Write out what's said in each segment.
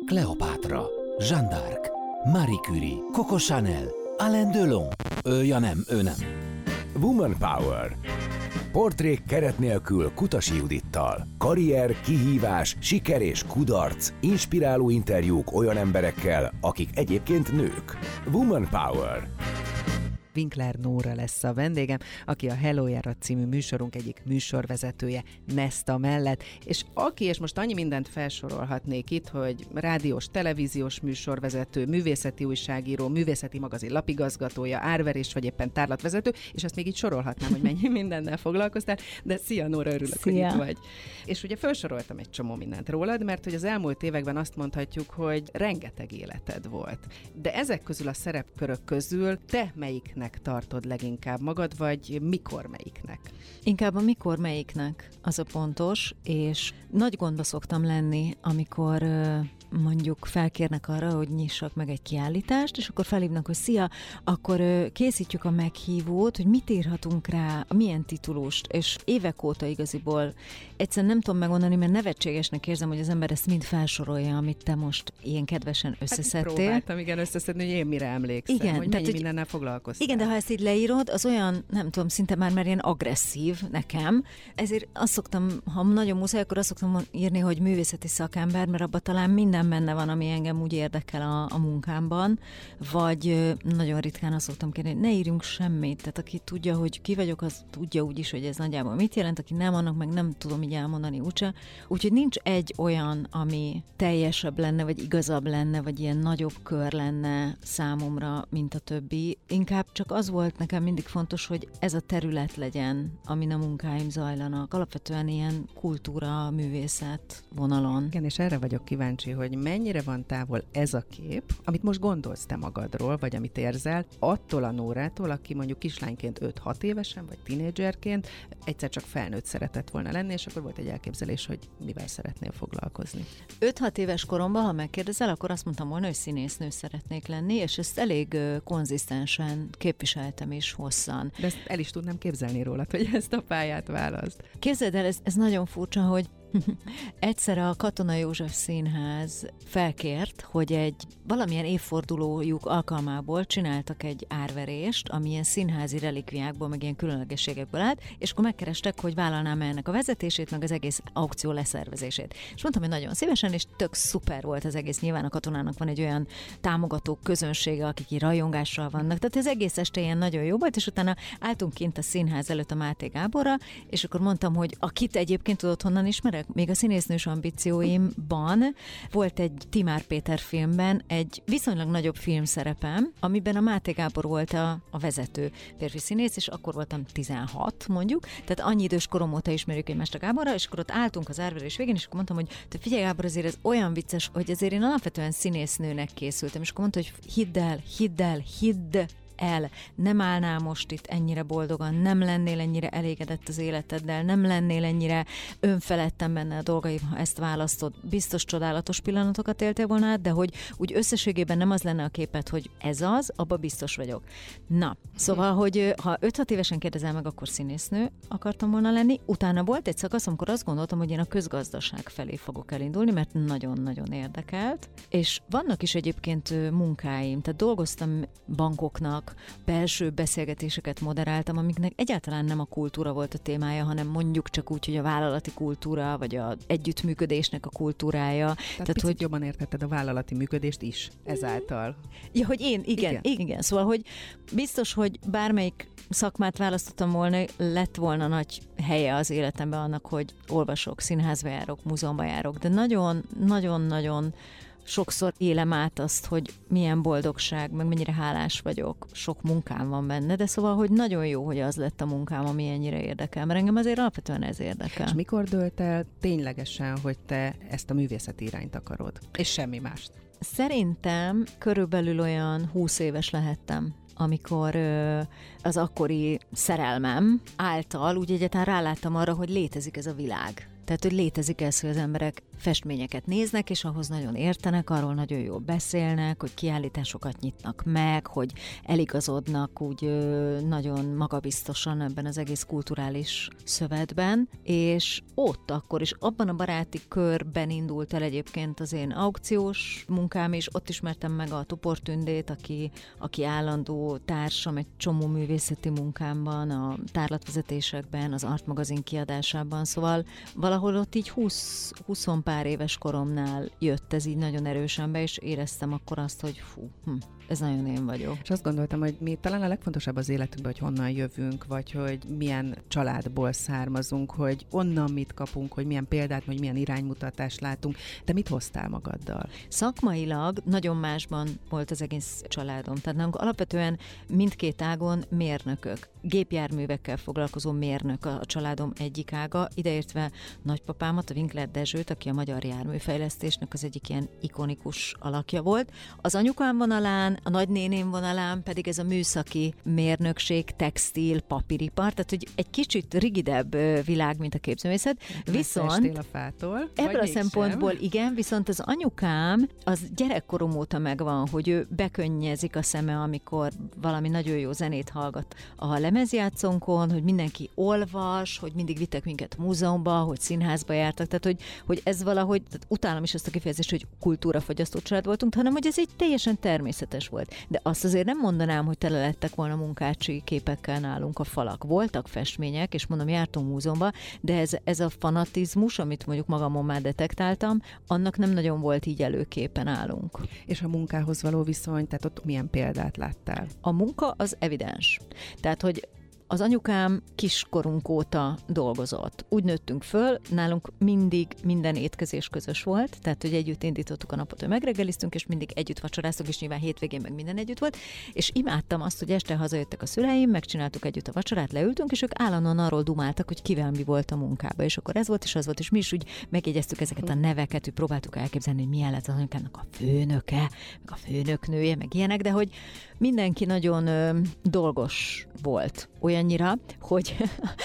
Kleopátra, Jeanne d'Arc, Marie Curie, Coco Chanel, Alain Delon. Ő nem. Woman Power. Portrék keret nélkül Kutasi Judittal. Karrier, kihívás, siker és kudarc. Inspiráló interjúk olyan emberekkel, akik egyébként nők. Woman Power. Winkler Nóra lesz a vendégem, aki a Hello Járat című műsorunk egyik műsorvezetője Nesta mellett, és most annyi mindent felsorolhatnék itt, hogy rádiós, televíziós műsorvezető, művészeti újságíró, művészeti magazin lapigazgatója, árverés vagy éppen tárlatvezető, és ezt még így sorolhatnám, hogy mennyi mindennel foglalkoztál, de szia Nóra, örülök, hogy itt vagy. És ugye felsoroltam egy csomó mindent rólad, mert hogy az elmúlt években azt mondhatjuk, hogy rengeteg életed volt. De ezek közül a szerepkörök közül te melyiknek tartod leginkább magad, vagy mikor melyiknek? Inkább a mikor melyiknek az a pontos, és nagy gondba szoktam lenni, amikor mondjuk felkérnek arra, hogy nyissak meg egy kiállítást, és akkor felhívnak, hogy szia, akkor készítjük a meghívót, hogy mit írhatunk rá, milyen titulust, és évek óta igaziból egyszerűen nem tudom megmondani, mert nevetségesnek érzem, hogy az ember ezt mind felsorolja, amit te most ilyen kedvesen összeszedtél. Próbáltam, igen, összeszedni, hogy én mire emlékszem, igen, hogy mennyi mindennel foglalkoztál. Igen, de ha ezt így leírod, az olyan, nem tudom, szinte már ilyen agresszív nekem, ezért azt szoktam, ha nagyon muszáj, akkor azt szoktam írni, hogy művészeti szakember, mert abban talán minden benne van, ami engem úgy érdekel a munkámban, vagy nagyon ritkán azt szoktam kérni, hogy ne írjunk semmit, tehát aki tudja, hogy ki vagyok, az tudja úgyis, hogy ez nagyjából mit jelent, aki nem, annak meg nem tudom így elmondani úgyse. Úgyhogy nincs egy olyan, ami teljesebb lenne, vagy igazabb lenne, vagy ilyen nagyobb kör lenne számomra, mint a többi. Inkább csak az volt nekem mindig fontos, hogy ez a terület legyen, amin a munkáim zajlanak. Alapvetően ilyen kultúra, művészet vonalon. Igen, és erre vagyok kíváncsi, hogy mennyire van távol ez a kép, amit most gondolsz te magadról, vagy amit érzel, attól a Nórától, aki mondjuk kislányként 5-6 évesen, vagy tínédzserként egyszer csak felnőtt szeretett volna lenni, és akkor volt egy elképzelés, hogy mivel szeretnél foglalkozni. 5-6 éves koromban, ha megkérdezel, akkor azt mondtam volna, hogy színésznő szeretnék lenni, és ezt elég konzisztensen képviseltem is hosszan. De ezt el is tudnám képzelni rólad, hogy ezt a pályát választ. Képzeld el, ez nagyon furcsa, hogy egyszer a Katona József Színház felkért, hogy egy valamilyen évfordulójuk alkalmából csináltak egy árverést, ami ilyen színházi relikviákból, meg ilyen különlegességekből állt, és akkor megkerestek, hogy vállalnám ennek a vezetését, meg az egész aukció leszervezését. És mondtam, hogy nagyon szívesen, és tök szuper volt az egész. Nyilván a Katonának van egy olyan támogató közönsége, akik így rajongással vannak. Tehát az egész este ilyen nagyon jó volt, és utána álltunk kint a színház előtt a Máté Gáborra, és akkor mondtam, hogy akit egyébként tudod honnan ismerek, még a színésznős ambícióimban volt egy Timár Péter filmben egy viszonylag nagyobb filmszerepem, amiben a Máté Gábor volt a vezető férfi színész, és akkor voltam 16 mondjuk, tehát annyi idős korom óta ismerjük egymást a Gáborra, és akkor ott álltunk az árverés végén, és akkor mondtam, hogy te figyelj Gábor, azért ez olyan vicces, hogy azért én alapvetően színésznőnek készültem, és akkor mondta, hogy hidd el, nem állnál most itt ennyire boldogan, nem lennél ennyire elégedett az életeddel, nem lennél ennyire önfeledten benne a dolgaim, ha ezt választod. Biztos csodálatos pillanatokat éltél volna át, de hogy úgy összességében nem az lenne a képet, hogy ez az, abba biztos vagyok. Na, szóval, hogy ha 5-6 évesen kérdezel meg, akkor színésznő akartam volna lenni. Utána volt egy szakasz, amikor azt gondoltam, hogy én a közgazdaság felé fogok elindulni, mert nagyon-nagyon érdekelt. És vannak is egyébként munkáim, tehát dolgoztam bankoknak, belső beszélgetéseket moderáltam, amiknek egyáltalán nem a kultúra volt a témája, hanem mondjuk csak úgy, hogy a vállalati kultúra, vagy az együttműködésnek a kultúrája. Tehát picit hogy jobban értetted a vállalati működést is ezáltal. Ja, hogy én, igen. Szóval, hogy biztos, hogy bármelyik szakmát választottam volna, lett volna nagy helye az életemben annak, hogy olvasok, színházba járok, múzeumba járok, de nagyon-nagyon sokszor élem át azt, hogy milyen boldogság, meg mennyire hálás vagyok. Sok munkám van benne, de szóval, hogy nagyon jó, hogy az lett a munkám, ami ennyire érdekel, mert engem azért alapvetően ez érdekel. És mikor dőlt el ténylegesen, hogy te ezt a művészeti irányt akarod? És semmi mást? Szerintem körülbelül olyan 20 éves lehettem, amikor az akkori szerelmem által úgy egyáltalán ráláttam arra, hogy létezik ez a világ. Tehát, hogy létezik ez, hogy az emberek festményeket néznek, és ahhoz nagyon értenek, arról nagyon jól beszélnek, hogy kiállításokat nyitnak meg, hogy eligazodnak úgy nagyon magabiztosan ebben az egész kulturális szövetben, és ott akkor is, abban a baráti körben indult el egyébként az én aukciós munkám is, ott ismertem meg a Topor Tündét, aki állandó társam egy csomó művészeti munkámban, a tárlatvezetésekben, az Art magazin kiadásában, szóval valahol ott így 20 pár éves koromnál jött ez így nagyon erősen be, és éreztem akkor azt, hogy ez nagyon én vagyok. És azt gondoltam, hogy mi talán a legfontosabb az életünkben, hogy honnan jövünk, vagy hogy milyen családból származunk, hogy onnan mit kapunk, hogy milyen példát, vagy milyen iránymutatást látunk. De mit hoztál magaddal? Szakmailag nagyon másban volt az egész családom. Tehát nálunk alapvetően mindkét ágon mérnökök. Gépjárművekkel foglalkozó mérnök a családom egyik ága, ideértve nagypapámat, a Winkler Dezsőt, aki a magyar járműfejlesztésnek az egyik ilyen ikonikus alakja volt. Az anyukám vonalán, a nagynéném vonalán pedig ez a műszaki mérnökség, textil, papíripar, tehát hogy egy kicsit rigidebb világ, mint a képzőművészet. Viszont a fától, ebből a szempontból igen, viszont az anyukám az gyerekkorom óta megvan, hogy ő bekönnyezik a szeme, amikor valami nagyon jó zenét hallgat a lemezjátszónkon, hogy mindenki olvas, hogy mindig vittek minket múzeumba, hogy színházba jártak, tehát hogy ez valahogy, tehát utálom is azt a kifejezést, hogy kultúrafogyasztó család voltunk, hanem hogy ez egy teljesen természetes volt. De azt azért nem mondanám, hogy tele lettek volna munkácsi képekkel nálunk a falak. Voltak festmények, és mondom, jártunk múzeumba, de ez a fanatizmus, amit mondjuk magamon már detektáltam, annak nem nagyon volt így előképen nálunk. És a munkához való viszony, tehát ott milyen példát láttál? A munka az evidens. Tehát, hogy az anyukám kiskorunk óta dolgozott. Úgy nőttünk föl, nálunk mindig minden étkezés közös volt, tehát hogy együtt indítottuk a napot, hogy megreggeliztünk, és mindig együtt vacsoráztunk, és nyilván hétvégén meg minden együtt volt, és imádtam azt, hogy este hazajöttek a szüleim, megcsináltuk együtt a vacsorát, leültünk, és ők állandóan arról dumáltak, hogy kivel mi volt a munkába, és akkor ez volt, és az volt, és mi is úgy megjegyeztük ezeket a neveket, hogy próbáltuk elképzelni, hogy milyen lett az anyukámnak a főnöke, meg a főnöknője, meg ilyenek, de hogy mindenki nagyon dolgos volt. Olyannyira, hogy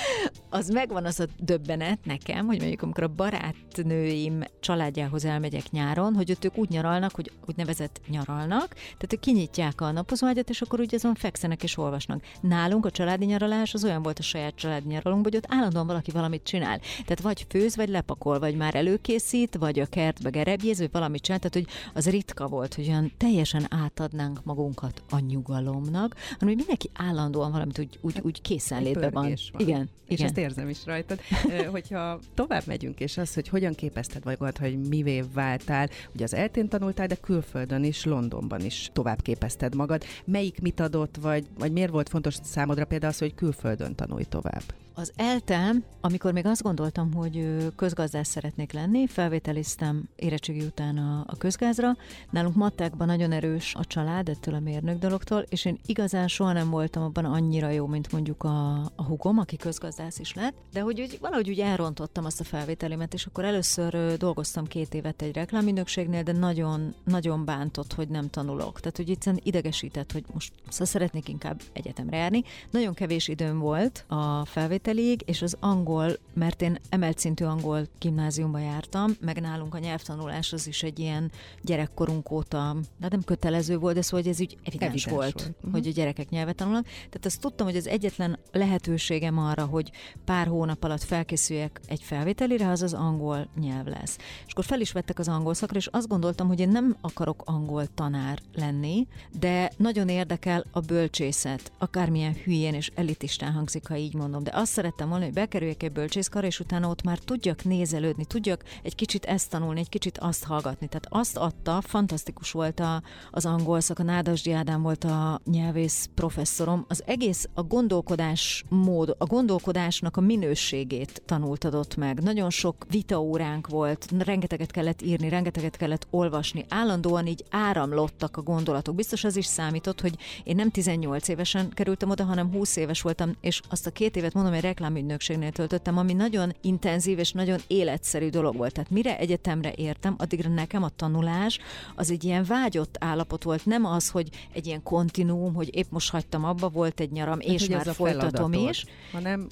az megvan az a döbbenet nekem, hogy mondjuk amikor a barátnőim családjához elmegyek nyáron, hogy ott ők úgy nyaralnak, hogy úgynevezett nyaralnak, tehát hogy kinyitják a napozóágyat, és akkor úgy azon fekszenek és olvasnak. Nálunk a családi nyaralás az olyan volt a saját családi nyaralunk, hogy ott állandóan valaki valamit csinál. Tehát vagy főz, vagy lepakol, vagy már előkészít, vagy a kertbe gerebjéz, vagy valamit csinál, tehát hogy az ritka volt, hogy olyan teljesen átadnánk magunkat a nyugalomnak, hanem hogy mindenki állandóan valamit úgy készenlétbe van. Igen. És ezt érzem is rajtad. Hogyha tovább megyünk, és az, hogy hogyan képezted magad, hogy mivé váltál, ugye az eltén tanultál, de külföldön is, Londonban is tovább képezted magad. Melyik mit adott, vagy miért volt fontos számodra például az, hogy külföldön tanulj tovább? Az ELTE, amikor még azt gondoltam, hogy közgazdász szeretnék lenni, felvételiztem érettségi után a közgázra. Nálunk matekban nagyon erős a család ettől a mérnök dologtól, és én igazán soha nem voltam abban annyira jó, mint mondjuk a húgom, aki közgazdász is lett, de hogy valahogy úgy elrontottam azt a felvételimet, és akkor először dolgoztam 2 évet egy reklámügynökségnél, de nagyon, nagyon bántott, hogy nem tanulok. Tehát, hogy egyszerűen idegesített, hogy most szeretnék inkább egyetemre járni. Nagyon kevés időm volt a felvételig, és az angol, mert én emelt szintű angol gimnáziumba jártam, meg nálunk a nyelvtanulás az is egy ilyen gyerekkorunk óta, de nem kötelező volt, de szóval, hogy ez úgy evidens volt, hogy a gyerekek nyelvet tanulnak. Tehát azt tudtam, hogy az egyetlen lehetőségem arra, hogy pár hónap alatt felkészüljek egy felvételire, az angol nyelv lesz. És akkor fel is vettek az angol szakra, és azt gondoltam, hogy én nem akarok angol tanár lenni, de nagyon érdekel a bölcsészet, akármilyen hülyén és elitistán hangzik, ha így mondom, de azt szerettem volna, hogy bekerüljek egy bölcsészkarra, és utána ott már tudjak nézelődni, tudjak egy kicsit ezt tanulni, egy kicsit azt hallgatni. Tehát azt adta, fantasztikus volt az angol szak, a Nádasdy Ádám volt a nyelvész professzorom, az egész a gondolkodásmód, a gondolkodásnak a minőségét tanultadott meg. Nagyon sok vitaóránk volt, rengeteget kellett írni, rengeteget kellett olvasni, állandóan így áramlottak a gondolatok. Biztos az is számított, hogy én nem 18 évesen kerültem oda, hanem 20 éves voltam, és azt a 2 évet mondom, hogy reklámügynökségnél töltöttem, ami nagyon intenzív és nagyon életszerű dolog volt. Tehát mire egyetemre értem, addigra nekem a tanulás az egy ilyen vágyott állapot volt, nem az, hogy egy ilyen kontinuum, hogy épp most hagytam abba, volt egy nyaram, és már folytatom is. Hanem egyszerűen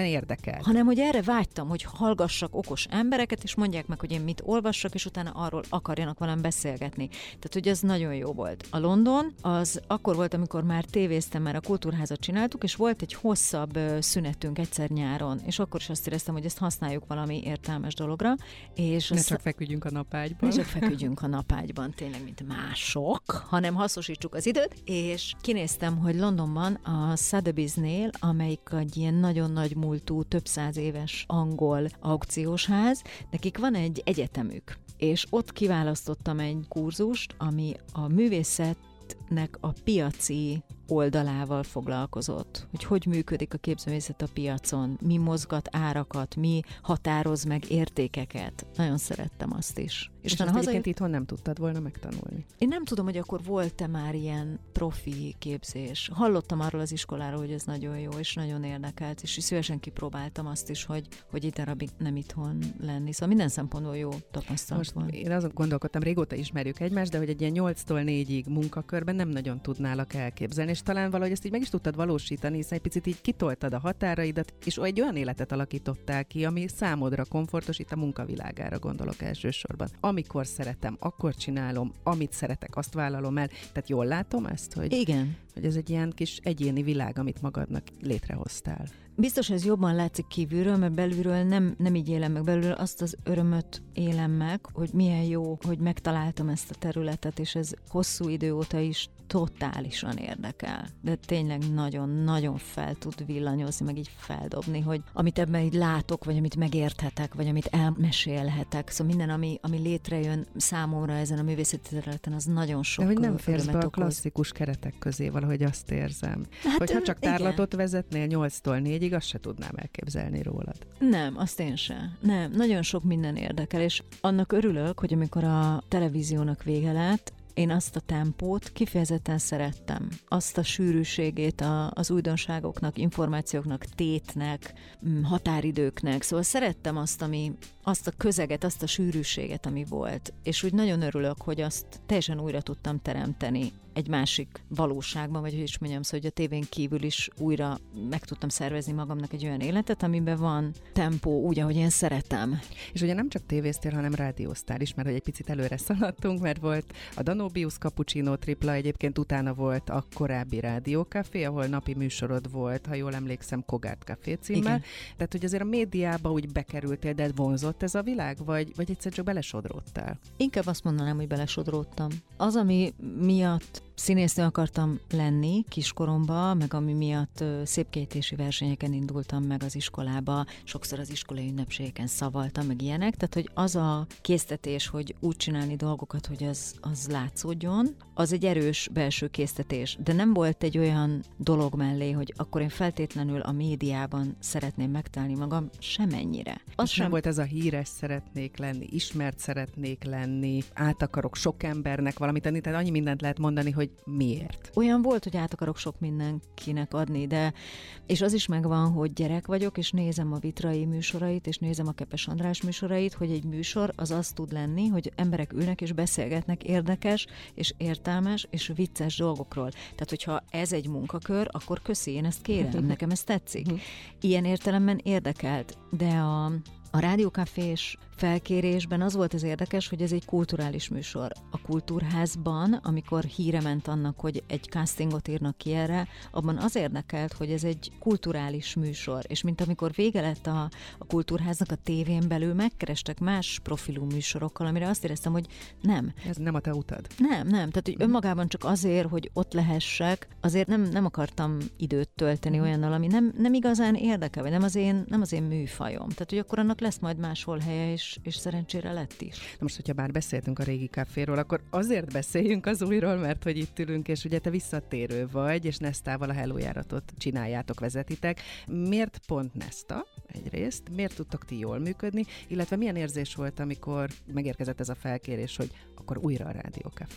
érdekelt. Hanem, hogy erre vágytam, hogy hallgassak okos embereket, és mondják meg, hogy én mit olvassak, és utána arról akarjanak velem beszélgetni. Tehát, hogy ez nagyon jó volt. A London az akkor volt, amikor már tévéztem, már a Kultúrházat csináltuk, és volt egy hosszabb szünetünk egyszer nyáron, és akkor is azt éreztem, hogy ezt használjuk valami értelmes dologra. És ne csak feküdjünk a napágyban. Ne csak feküdjünk a napágyban, tényleg, mint mások, hanem hasznosítsuk az időt, és kinéztem, hogy Londonban a Sotheby's-nél, amelyik egy ilyen nagyon nagy múltú, több száz éves angol aukciós ház, nekik van egy egyetemük, és ott kiválasztottam egy kurzust, ami a művészetnek a piaci oldalával foglalkozott, hogy működik a képzőművészet a piacon, mi mozgat árakat, mi határoz meg értékeket. Nagyon szerettem azt is. És azt egyébként itthon nem tudtad volna megtanulni? Én nem tudom, hogy akkor volt-e már ilyen profi képzés. Hallottam arról az iskoláról, hogy ez nagyon jó, és nagyon érdekelt, és szívesen kipróbáltam azt is, hogy egy darabig nem itthon lenni. Szóval minden szempontból jó tapasztalat volt. Én azon gondolkodtam, régóta ismerjük egymást, de hogy egy ilyen 8-tól 4-ig munkakörben nem nagyon tudnálak elképzelni, és talán valahogy ezt így meg is tudtad valósítani, hiszen egy picit így kitoltad a határaidat, és egy olyan életet alakítottál ki, ami számodra komfortos, itt a munkavilágára gondolok elsősorban. Amikor szeretem, akkor csinálom, amit szeretek, azt vállalom el. Tehát jól látom ezt, hogy, igen, hogy ez egy ilyen kis egyéni világ, amit magadnak létrehoztál. Biztos ez jobban látszik kívülről, mert belülről nem így élem meg. Belülről azt az örömöt élem meg, hogy milyen jó, hogy megtaláltam ezt a területet, és ez hosszú idő óta is totálisan érdekel. De tényleg nagyon-nagyon fel tud villanyozni, meg így feldobni, hogy amit ebben így látok, vagy amit megérthetek, vagy amit elmesélhetek. Szóval minden, ami létrejön számomra ezen a művészeti területen, az nagyon sok örömet okoz. De hogy nem férsz be a okoz. klasszikus keretek közé, valahogy azt érzem. Hát, hogyha csak tárlatot vezetnél 8-tól 4-ig, azt se tudnám elképzelni rólad. Nem, azt én sem. Nem, nagyon sok minden érdekel, és annak örülök, hogy amikor a televíziónak vége lett, én azt a tempót kifejezetten szerettem. Azt a sűrűségét az újdonságoknak, információknak, tétnek, határidőknek. Szóval szerettem azt a közeget, azt a sűrűséget, ami volt. És úgy nagyon örülök, hogy azt teljesen újra tudtam teremteni egy másik valóságban, vagy hogy is mondjam, szóval, hogy a tévén kívül is újra meg tudtam szervezni magamnak egy olyan életet, amiben van tempó, úgy, ahogy én szeretem. És ugye nem csak tévéztél, hanem rádióztál is, mert hogy egy picit előre szaladtunk, mert volt a Danubius Cappuccino tripla, egyébként utána volt a korábbi Rádiókafé, ahol napi műsorod volt, ha jól emlékszem, Kogart Café címmel. Igen. Tehát, hogy azért a médiába úgy bekerültél, de vonzott ez a világ, vagy egyszerűen csak belesodródtál? Inkább azt mondanám, hogy belesodródtam. Az, ami miatt színésznő akartam lenni kiskoromban, meg ami miatt szépkiejtési versenyeken indultam meg az iskolába, sokszor az iskolai ünnepségeken szavaltam, meg ilyenek, tehát hogy az a késztetés, hogy úgy csinálni dolgokat, hogy az látszódjon, az egy erős belső késztetés, de nem volt egy olyan dolog mellé, hogy akkor én feltétlenül a médiában szeretném megtalálni magam, semennyire. Az sem volt ez a híres szeretnék lenni, ismert szeretnék lenni, át akarok sok embernek valamit adni, tehát annyi mindent lehet mondani, hogy miért. Olyan volt, hogy át akarok sok mindenkinek adni, de és az is megvan, hogy gyerek vagyok, és nézem a Vitrai műsorait, és nézem a Kepes András műsorait, hogy egy műsor az tud lenni, hogy emberek ülnek és beszélgetnek érdekes, és értelmes, és vicces dolgokról. Tehát, hogyha ez egy munkakör, akkor köszi, én ezt kérem, nekem ez tetszik. Ilyen értelemben érdekelt, de a rádiókafés felkérésben az volt az érdekes, hogy ez egy kulturális műsor. A Kultúrházban, amikor híre ment annak, hogy egy castingot írnak ki erre, abban az érdekelt, hogy ez egy kulturális műsor, és mint amikor vége lett a Kultúrháznak a tévén belül, megkerestek más profilú műsorokkal, amire azt éreztem, hogy nem. Ez nem a te utad. Nem. Tehát, hogy önmagában csak azért, hogy ott lehessek, azért nem akartam időt tölteni olyannal, ami nem igazán érdekel, vagy nem az én műfajom. Tehát, hogy akkor annak lesz majd máshol helye, és szerencsére lett is. Na most, hogyha már beszéltünk a régi kávéról, akkor azért beszéljünk az újról, mert hogy itt ülünk, és ugye te visszatérő vagy, és Nesztával a Hello járatot csináljátok, vezetitek. Miért pont Neszta egyrészt? Miért tudtok ti jól működni? Illetve milyen érzés volt, amikor megérkezett ez a felkérés, hogy akkor újra a Rádiókafé?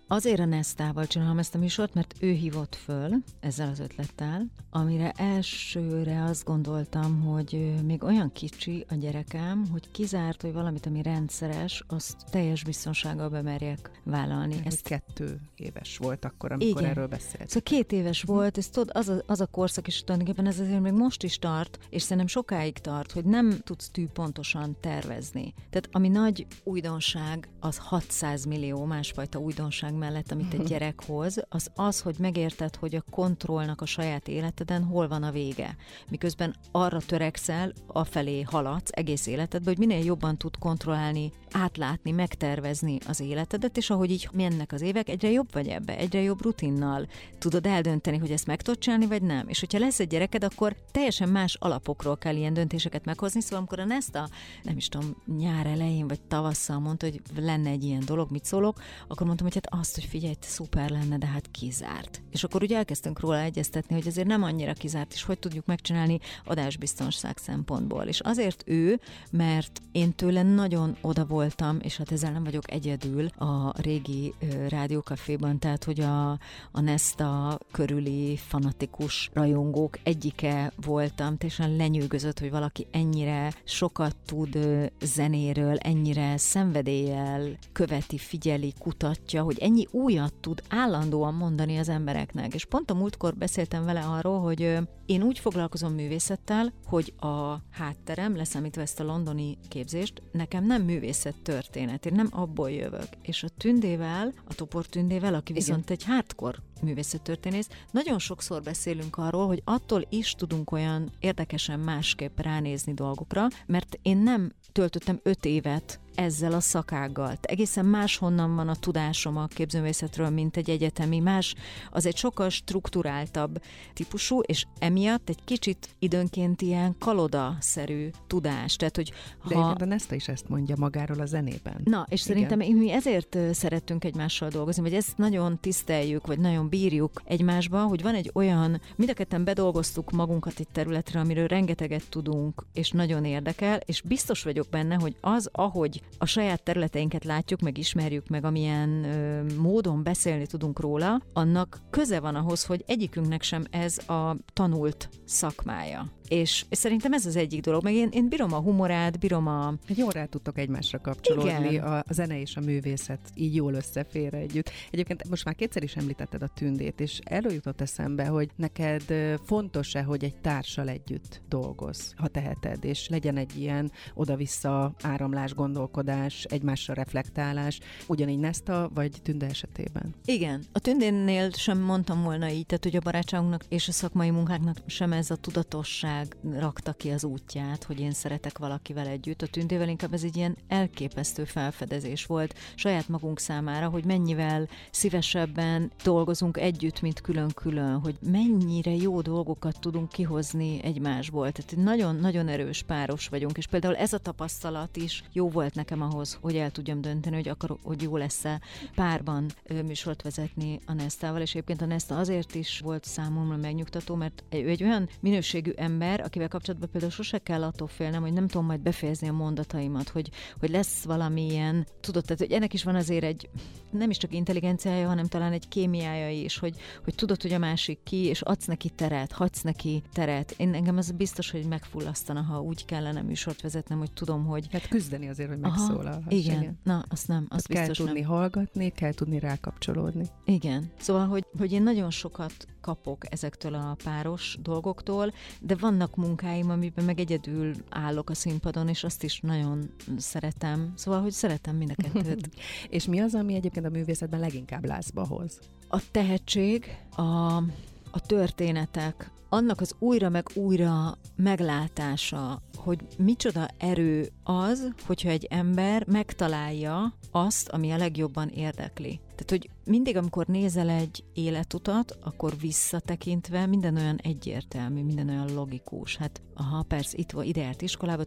Azért a Nestával csinálom ezt a műsort, mert ő hívott föl ezzel az ötlettel, amire elsőre azt gondoltam, hogy még olyan kicsi a gyerekem, hogy kizárt, hogy valamit, ami rendszeres, azt teljes biztonsággal bemerjek vállalni. Ez 2 éves volt akkor, amikor erről beszélt. Szóval 2 éves volt, és tudod, az a korszak is tulajdonképpen ez azért még most is tart, és szerintem sokáig tart, hogy nem tudsz tűpontosan tervezni. Tehát ami nagy újdonság, az 600 millió másfajta újdonság mellett, amit egy gyerek hoz, az, hogy megérted, hogy a kontrollnak a saját életeden hol van a vége. Miközben arra törekszel, afelé haladsz egész életedben, hogy minél jobban tud kontrollálni, átlátni, megtervezni az életedet, és ahogy így mennek az évek, egyre jobb vagy ebbe, egyre jobb rutinnal tudod eldönteni, hogy ezt meg tudod csinálni, vagy nem. És hogyha lesz egy gyereked, akkor teljesen más alapokról kell ilyen döntéseket meghozni. Szóval amikor a Nesta, nem is tudom, nyár elején vagy tavasszal mondta, hogy lenne egy ilyen dolog, mit szólok, akkor mondtam, hogy hát azt, hogy figyelj, szuper lenne, de hát kizárt. És akkor ugye elkezdtünk róla egyeztetni, hogy azért nem annyira kizárt, és hogy tudjuk megcsinálni adásbiztonság szempontból. És azért ő, mert én tőle nagyon oda voltam, és hát ezzel nem vagyok egyedül a régi rádiókaféban, tehát hogy a Nesta körüli fanatikus rajongók egyike voltam, teljesen lenyűgözött, hogy valaki ennyire sokat tud zenéről, ennyire szenvedéllyel követi, figyeli, kutatja, hogy ennyi újat tud állandóan mondani az embereknek. És pont a múltkor beszéltem vele arról, hogy én úgy foglalkozom művészettel, hogy a hátterem, leszámítva ezt a londoni képzést, nekem nem művészettörténet, én nem abból jövök. És a Tündével, a Topor Tündével, aki viszont egy hardcore művészettörténész, nagyon sokszor beszélünk arról, hogy attól is tudunk olyan érdekesen másképp ránézni dolgokra, mert én nem töltöttem 5 évet ezzel a szakággal. Egészen máshonnan van a tudásom a képzőművészetről, mint egy egyetemi. Más, az egy sokkal strukturáltabb típusú, és emiatt egy kicsit időnként ilyen kaloda-szerű tudás. Tehát, hogy de a Nesta is ezt mondja magáról a zenében. Na, és szerintem mi ezért szerettünk egymással dolgozni, vagy ezt nagyon tiszteljük, vagy nagyon bírjuk egymásba, hogy van egy olyan, mind a ketten bedolgoztuk magunkat egy területre, amiről rengeteget tudunk, és nagyon érdekel, és biztos vagyok benne, hogy az, ahogy a saját területeinket látjuk, meg ismerjük, meg amilyen módon beszélni tudunk róla, annak köze van ahhoz, hogy egyikünknek sem ez a tanult szakmája. És szerintem ez az egyik dolog, meg én bírom a humorát, Jól rá tudtok egymásra kapcsolódni, a zene és a művészet így jól összefér együtt. Egyébként most már 2-szer is említetted a Tündét, és előjutott eszembe, hogy neked fontos-e, hogy egy társal együtt dolgozz, ha teheted, és legyen egy ilyen oda-vissza áramlás, gondolkodás, egymásra reflektálás, ugyanígy Nesta vagy Tünde esetében. Igen, a Tündénnél sem mondtam volna így, tehát hogy a barátságunknak és a szakmai munkáknak sem ez a tudatosság rakta ki az útját, hogy én szeretek valakivel együtt. A Tündével inkább ez egy ilyen elképesztő felfedezés volt saját magunk számára, hogy mennyivel szívesebben dolgozunk együtt, mint külön-külön, hogy mennyire jó dolgokat tudunk kihozni egymásból. Tehát nagyon-nagyon erős páros vagyunk, és például ez a tapasztalat is jó volt nekem ahhoz, hogy el tudjam dönteni, hogy jó lesz-e párban műsort vezetni a Nestával, és egyébként a Nesta azért is volt számomra megnyugtató, mert ő egy olyan minőségű ember, akivel kapcsolatban például sose kell attól félnem, hogy nem tudom majd befejezni a mondataimat, hogy lesz valamilyen, tudod, tehát hogy ennek is van azért egy, nem is csak intelligenciája, hanem talán egy kémiája is, hogy tudod, hogy a másik ki, és adsz neki teret, hagysz neki teret. Engem az biztos, hogy megfullasztana, ha úgy kellene műsort vezetnem, hogy tudom, hogy... Hát küzdeni azért, hogy megszólalhass. Igen. Na, azt nem, azt biztos kell tudni hallgatni, kell tudni rákapcsolódni. Igen. Szóval, hogy én nagyon sokat kapok ezektől a páros dolgoktól, de vannak munkáim, amiben meg egyedül állok a színpadon, és azt is nagyon szeretem. Szóval, hogy szeretem mind a kettőt. És mi az, ami egyébként a művészetben leginkább lázba hoz? A tehetség, a történetek, annak az újra meg újra meglátása, hogy micsoda erő az, hogyha egy ember megtalálja azt, ami a legjobban érdekli. Tehát, hogy mindig, amikor nézel egy életutat, akkor visszatekintve minden olyan egyértelmű, minden olyan logikus. Hát, persze, ide járt iskolába,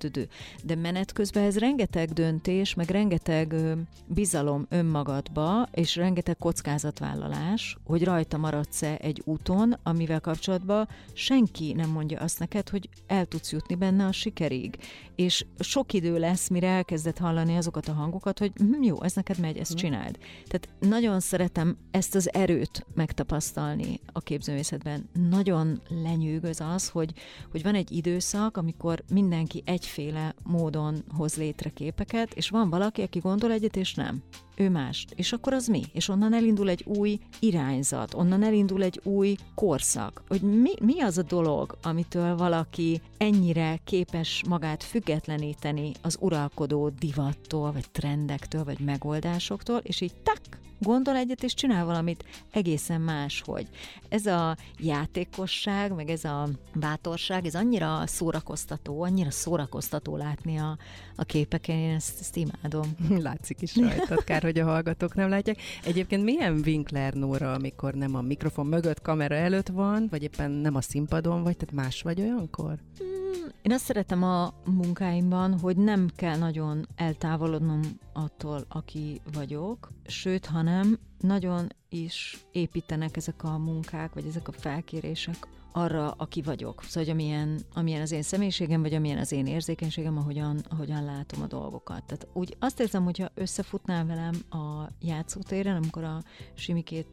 de menet közben ez rengeteg döntés, meg rengeteg bizalom önmagadba, és rengeteg kockázatvállalás, hogy rajta maradsz-e egy úton, amivel kapcsolatban senki nem mondja azt neked, hogy el tudsz jutni benne a sikerig. És sok idő lesz, mire elkezded hallani azokat a hangokat, hogy jó, ez neked megy, ezt csináld. Tehát Tehát nagyon szeretem ezt az erőt megtapasztalni a képzőművészetben. Nagyon lenyűgöz az, hogy van egy időszak, amikor mindenki egyféle módon hoz létre képeket, és van valaki, aki gondol egyet, és nem. Ő mást. És akkor az mi? És onnan elindul egy új irányzat, onnan elindul egy új korszak. Hogy mi az a dolog, amitől valaki ennyire képes magát függetleníteni az uralkodó divattól, vagy trendektől, vagy megoldásoktól, és így gondol egyet, és csinál valamit egészen máshogy. Ez a játékosság, meg ez a bátorság, ez annyira szórakoztató látni a képeken, én ezt imádom. Látszik is rajtad, kár, hogy a hallgatók nem látják. Egyébként milyen Winkler Nóra, amikor nem a mikrofon mögött, kamera előtt van, vagy éppen nem a színpadon vagy, tehát más vagy olyankor? Én azt szeretem a munkáimban, hogy nem kell nagyon eltávolodnom attól, aki vagyok, sőt, hanem nagyon is építenek ezek a munkák, vagy ezek a felkérések arra, aki vagyok. Szóval, hogy amilyen az én személyiségem, vagy amilyen az én érzékenységem, ahogyan látom a dolgokat. Tehát úgy azt érzem, hogyha összefutnál velem a játszótéren, amikor a Simikét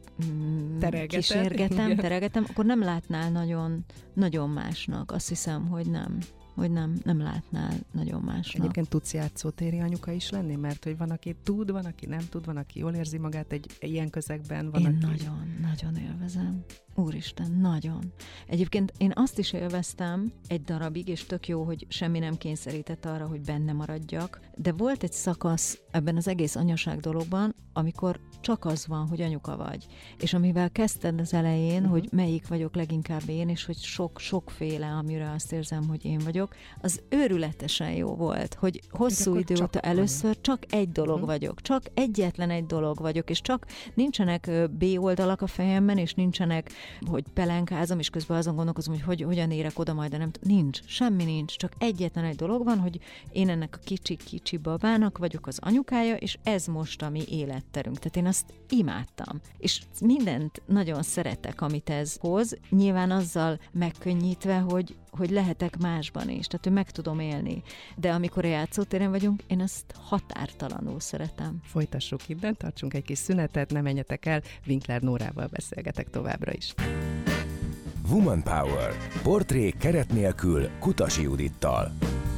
terelgetem, akkor nem látnál nagyon másnak. Azt hiszem, hogy nem látnál nagyon másnak. Egyébként tudsz játszótéri anyuka is lenni? Mert hogy van, aki tud, van, aki nem tud, van, aki jól érzi magát egy ilyen közegben. Én nagyon élvezem. Úristen, nagyon. Egyébként én azt is élveztem egy darabig, és tök jó, hogy semmi nem kényszerített arra, hogy benne maradjak, de volt egy szakasz ebben az egész anyaság dologban, amikor csak az van, hogy anyuka vagy. És amivel kezdted az elején, hogy melyik vagyok leginkább én, és hogy sokféle, amire azt érzem, hogy én vagyok, az őrületesen jó volt, hogy hosszú idő óta először csak egy dolog vagyok, csak egyetlen egy dolog vagyok, és csak nincsenek B oldalak a fejemben, és nincsenek, hogy pelenkázom, és közben azon gondolkozom, hogy hogyan érek oda majd, de nem semmi nincs, csak egyetlen egy dolog van, hogy én ennek a kicsi babának vagyok az anyukája, és ez most a mi életterünk. Tehát én azt imádtam. És mindent nagyon szeretek, amit ez hoz, nyilván azzal megkönnyítve, hogy lehetek másban is, tehát hogy meg tudom élni. De amikor a játszótéren vagyunk, én ezt határtalanul szeretem. Folytassuk innen, tartsunk egy kis szünetet, ne menjetek el, Winkler Nórával beszélgetek továbbra is. Woman Power. Portré keret nélkül Kutasi Judittal.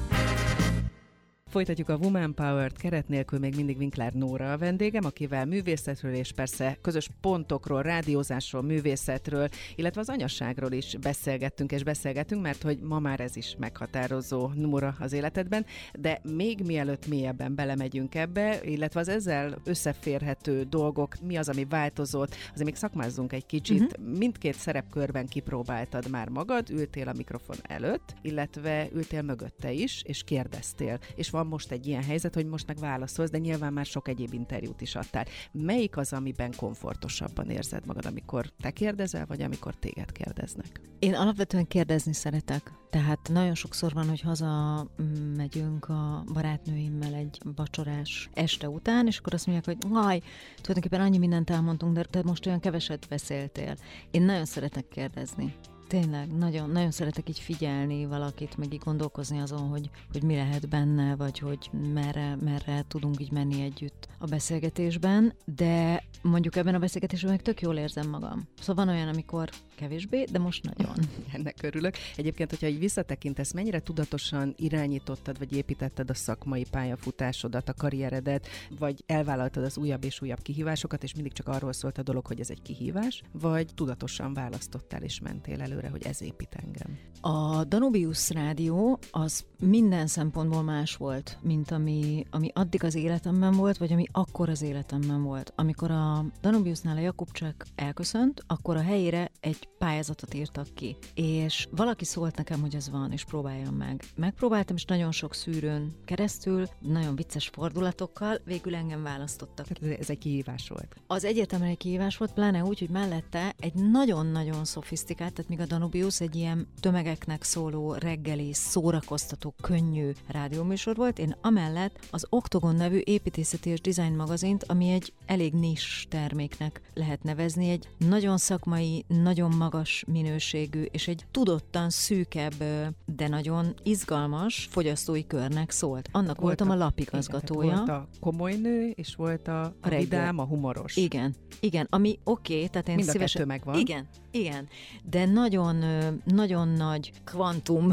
Folytatjuk a Woman Power-t, keret nélkül még mindig Winkler Nóra a vendégem, akivel művészetről és persze közös pontokról, rádiózásról, művészetről, illetve az anyasságról is beszélgettünk, mert hogy ma már ez is meghatározó Nóra az életedben, de még mielőtt mélyebben belemegyünk ebbe, illetve az ezzel összeférhető dolgok, mi az, ami változott, azért még szakmázzunk egy kicsit. Mindkét szerepkörben kipróbáltad már magad, ültél a mikrofon előtt, illetve ültél mögötte is, és kérdeztél. És van most egy ilyen helyzet, hogy most meg válaszolsz, de nyilván már sok egyéb interjút is adtál. Melyik az, amiben komfortosabban érzed magad, amikor te kérdezel, vagy amikor téged kérdeznek? Én alapvetően kérdezni szeretek. Tehát nagyon sokszor van, hogy haza megyünk a barátnőimmel egy vacsorás este után, és akkor azt mondják, hogy tulajdonképpen annyi mindent elmondtunk, de te most olyan keveset beszéltél. Én nagyon szeretek kérdezni. Tényleg, nagyon, nagyon szeretek így figyelni valakit, meg így gondolkozni azon, hogy mi lehet benne, vagy hogy merre tudunk így menni együtt a beszélgetésben, de mondjuk ebben a beszélgetésben meg tök jól érzem magam. Szóval van olyan, amikor kevésbé, de most nagyon. Ennek örülök. Egyébként, hogyha így visszatekintesz, mennyire tudatosan irányítottad, vagy építetted a szakmai pályafutásodat, a karrieredet, vagy elvállaltad az újabb és újabb kihívásokat, és mindig csak arról szólt a dolog, hogy ez egy kihívás, vagy tudatosan választottál és mentél előre, hogy ez épít engem? A Danubius Rádió az minden szempontból más volt, mint ami addig az életemben volt, vagy ami akkor az életemben volt. Amikor a Danubiusnál a Jakubcsák elköszönt, akkor a helyére egy pályázatot írtak ki, és valaki szólt nekem, hogy ez van, és próbáljam meg. Megpróbáltam, és nagyon sok szűrőn keresztül, nagyon vicces fordulatokkal, végül engem választottak. Ez egy kihívás volt. Az egyértelműen egy kihívás volt, pláne úgy, hogy mellette egy nagyon-nagyon szofisztikált, tehát míg a Danubius egy ilyen tömegeknek szóló reggeli, szórakoztató, könnyű rádióműsor volt, én amellett az Oktogon nevű építészeti és design magazint, ami egy elég niche tudományos terméknek lehet nevezni. Egy nagyon szakmai, nagyon magas minőségű, és egy tudottan szűkebb, de nagyon izgalmas fogyasztói körnek szólt. Annak voltam a lapigazgatója. Igen, volt a komoly nő, és volt a vidám, a humoros. Igen, ami oké, tehát én mind szívesen... a kettő megvan. Igen, de nagyon nagy kvantum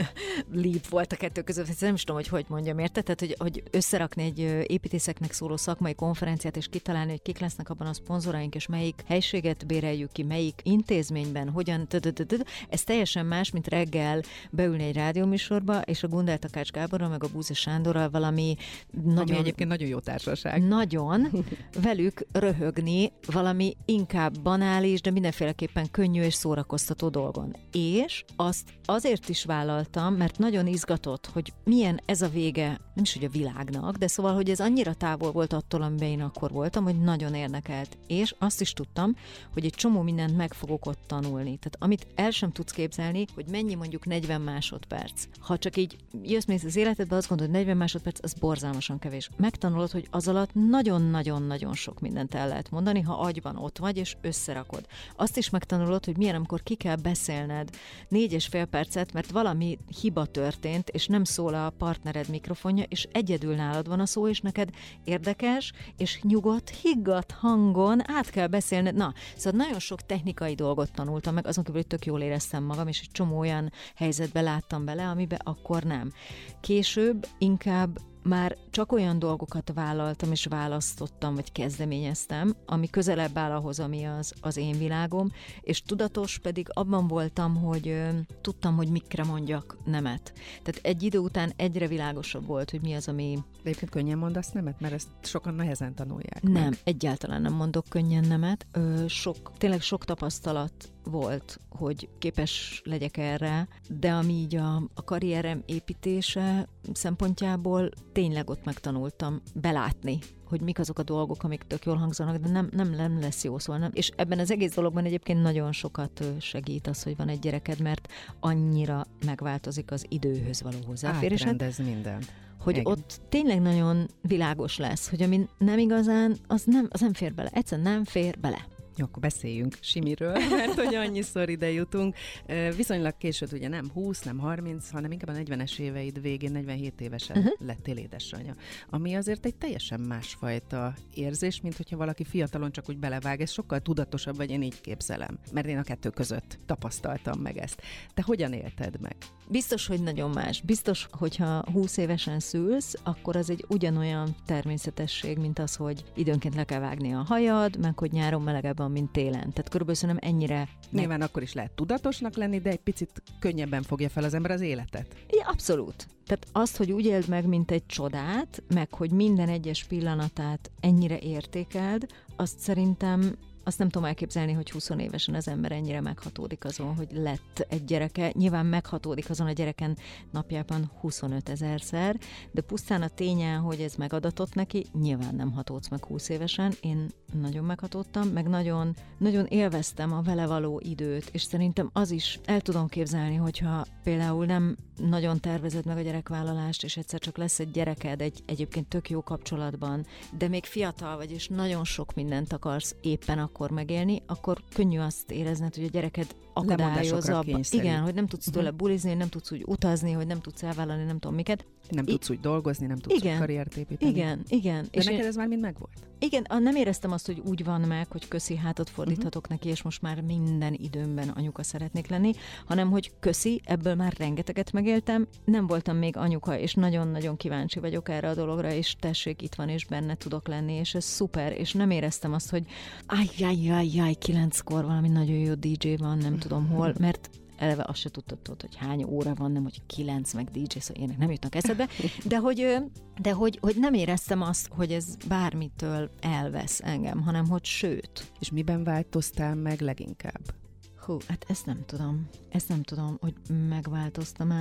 leap volt a kettő között, nem is tudom, hogy mondjam, érted? Tehát, hogy összerakni egy építészeknek szóló szakmai konferenciát, és kitalálni, hogy kik lesznek abban a szponzoraink, és melyik helységet béreljük ki, melyik intézményben, hogyan, ez teljesen más, mint reggel beülni egy rádióműsorba, és a Gundel Takács Gáborral, meg a Búza Sándorral valami nagyon... Ami egyébként nagyon jó társaság. Nagyon, velük röhögni valami inkább banális, de mindenféleképpen könnyű és szórakoztató dolgon. És azt azért is vállaltam, mert nagyon izgatott, hogy milyen ez a vége, nem is hogy a világnak, de szóval, hogy ez annyira távol volt attól, amiben én akkor voltam, hogy nagyon érdekelt. És azt is tudtam, hogy egy csomó mindent meg fogok ott tanulni. Tehát amit el sem tudsz képzelni, hogy mennyi mondjuk 40 másodperc. Ha csak így jössz az életedbe, azt gondolod, hogy 40 másodperc, az borzalmasan kevés. Megtanulod, hogy az alatt nagyon-nagyon-nagyon sok mindent el lehet mondani, ha agyban ott vagy, és összerakod. Azt is megtanulod, hogy milyen, amikor ki kell beszélned 4,5 percet, mert valami hiba történt, és nem szól a partnered mikrofonja, és egyedül nálad van a szó, és neked érdekes, és nyugodt, higgadt hangon át kell beszélned. Na, szóval nagyon sok technikai dolgot tanultam meg, azon kívül, hogy tök jól éreztem magam, és egy csomó olyan helyzetbe láttam bele, amiben akkor nem. Később inkább már csak olyan dolgokat vállaltam és választottam, vagy kezdeményeztem, ami közelebb áll ahhoz, ami az én világom, és tudatos pedig abban voltam, hogy tudtam, hogy mikre mondjak nemet. Tehát egy idő után egyre világosabb volt, hogy mi az, ami... De egyébként könnyen mondasz nemet? Mert ezt sokan nehezen tanulják. Nem, meg. Egyáltalán nem mondok könnyen nemet. Tényleg sok tapasztalat volt, hogy képes legyek erre, de ami így a karrierem építése szempontjából tényleg ott megtanultam belátni, hogy mik azok a dolgok, amik tök jól hangzanak, de nem lesz jó, szóval nem. És ebben az egész dologban egyébként nagyon sokat segít az, hogy van egy gyereked, mert annyira megváltozik az időhöz való hozzáférésed. Átrendez mindent. Hogy igen. Ott tényleg nagyon világos lesz, hogy ami nem igazán, az nem fér bele. Egyszerűen nem fér bele. Jó, akkor beszéljünk Simiről, mert hogy annyiszor ide jutunk. Viszonylag később ugye nem 20, nem 30, hanem inkább a 40-es éveid végén, 47 évesen lettél édesanyja. Ami azért egy teljesen másfajta érzés, mint hogyha valaki fiatalon csak úgy belevág. Ez sokkal tudatosabb, vagy én így képzelem. Mert én a kettő között tapasztaltam meg ezt. Te hogyan élted meg? Biztos, hogy nagyon más. Biztos, hogyha 20 évesen szülsz, akkor az egy ugyanolyan természetesség, mint az, hogy időnként le kell vágni a hajad, meg hogy nyáron melegebb van, mint télen. Tehát körülbelül szerintem ennyire... Nyilván akkor is lehet tudatosnak lenni, de egy picit könnyebben fogja fel az ember az életet. Ja, abszolút. Tehát azt, hogy úgy éld meg, mint egy csodát, meg hogy minden egyes pillanatát ennyire értékeld, azt szerintem azt nem tudom elképzelni, hogy 20 évesen az ember ennyire meghatódik azon, hogy lett egy gyereke. Nyilván meghatódik azon a gyereken napjában 25 000-szer, de pusztán a ténye, hogy ez megadatott neki, nyilván nem hatódsz meg 20 évesen. Én nagyon meghatódtam, meg nagyon, nagyon élveztem a vele való időt, és szerintem az is el tudom képzelni, hogyha például nem nagyon tervezed meg a gyerekvállalást, és egyszer csak lesz egy gyereked egy egyébként tök jó kapcsolatban, de még fiatal vagy, és nagyon sok mindent akarsz éppen akkor megélni, akkor könnyű azt érezned, hogy a gyereked akadályoz abban. Igen, hogy nem tudsz tőle bulizni, hogy nem tudsz úgy utazni, hogy nem tudsz elvállalni, nem tudom miket. Nem tudsz úgy dolgozni, nem tudsz úgy karriert építeni. Igen. De és neked ez már mind megvolt? Igen, nem éreztem azt, hogy úgy van meg, hogy köszi, hátat fordíthatok neki, és most már minden időmben anyuka szeretnék lenni, hanem hogy köszi, ebből már rengeteget megéltem, nem voltam még anyuka, és nagyon-nagyon kíváncsi vagyok erre a dologra, és tessék, itt van, és benne tudok lenni, és ez szuper, és nem éreztem azt, hogy 9-kor valami nagyon jó DJ van, nem tudom hol, mert eleve azt se tudtad, hogy hány óra van, nem, hogy 9 meg DJ, szóval ilyenek nem jutnak eszedbe, de hogy nem éreztem azt, hogy ez bármitől elvesz engem, hanem hogy sőt. És miben változtál meg leginkább? Hát ezt nem tudom, hogy megváltoztam-e.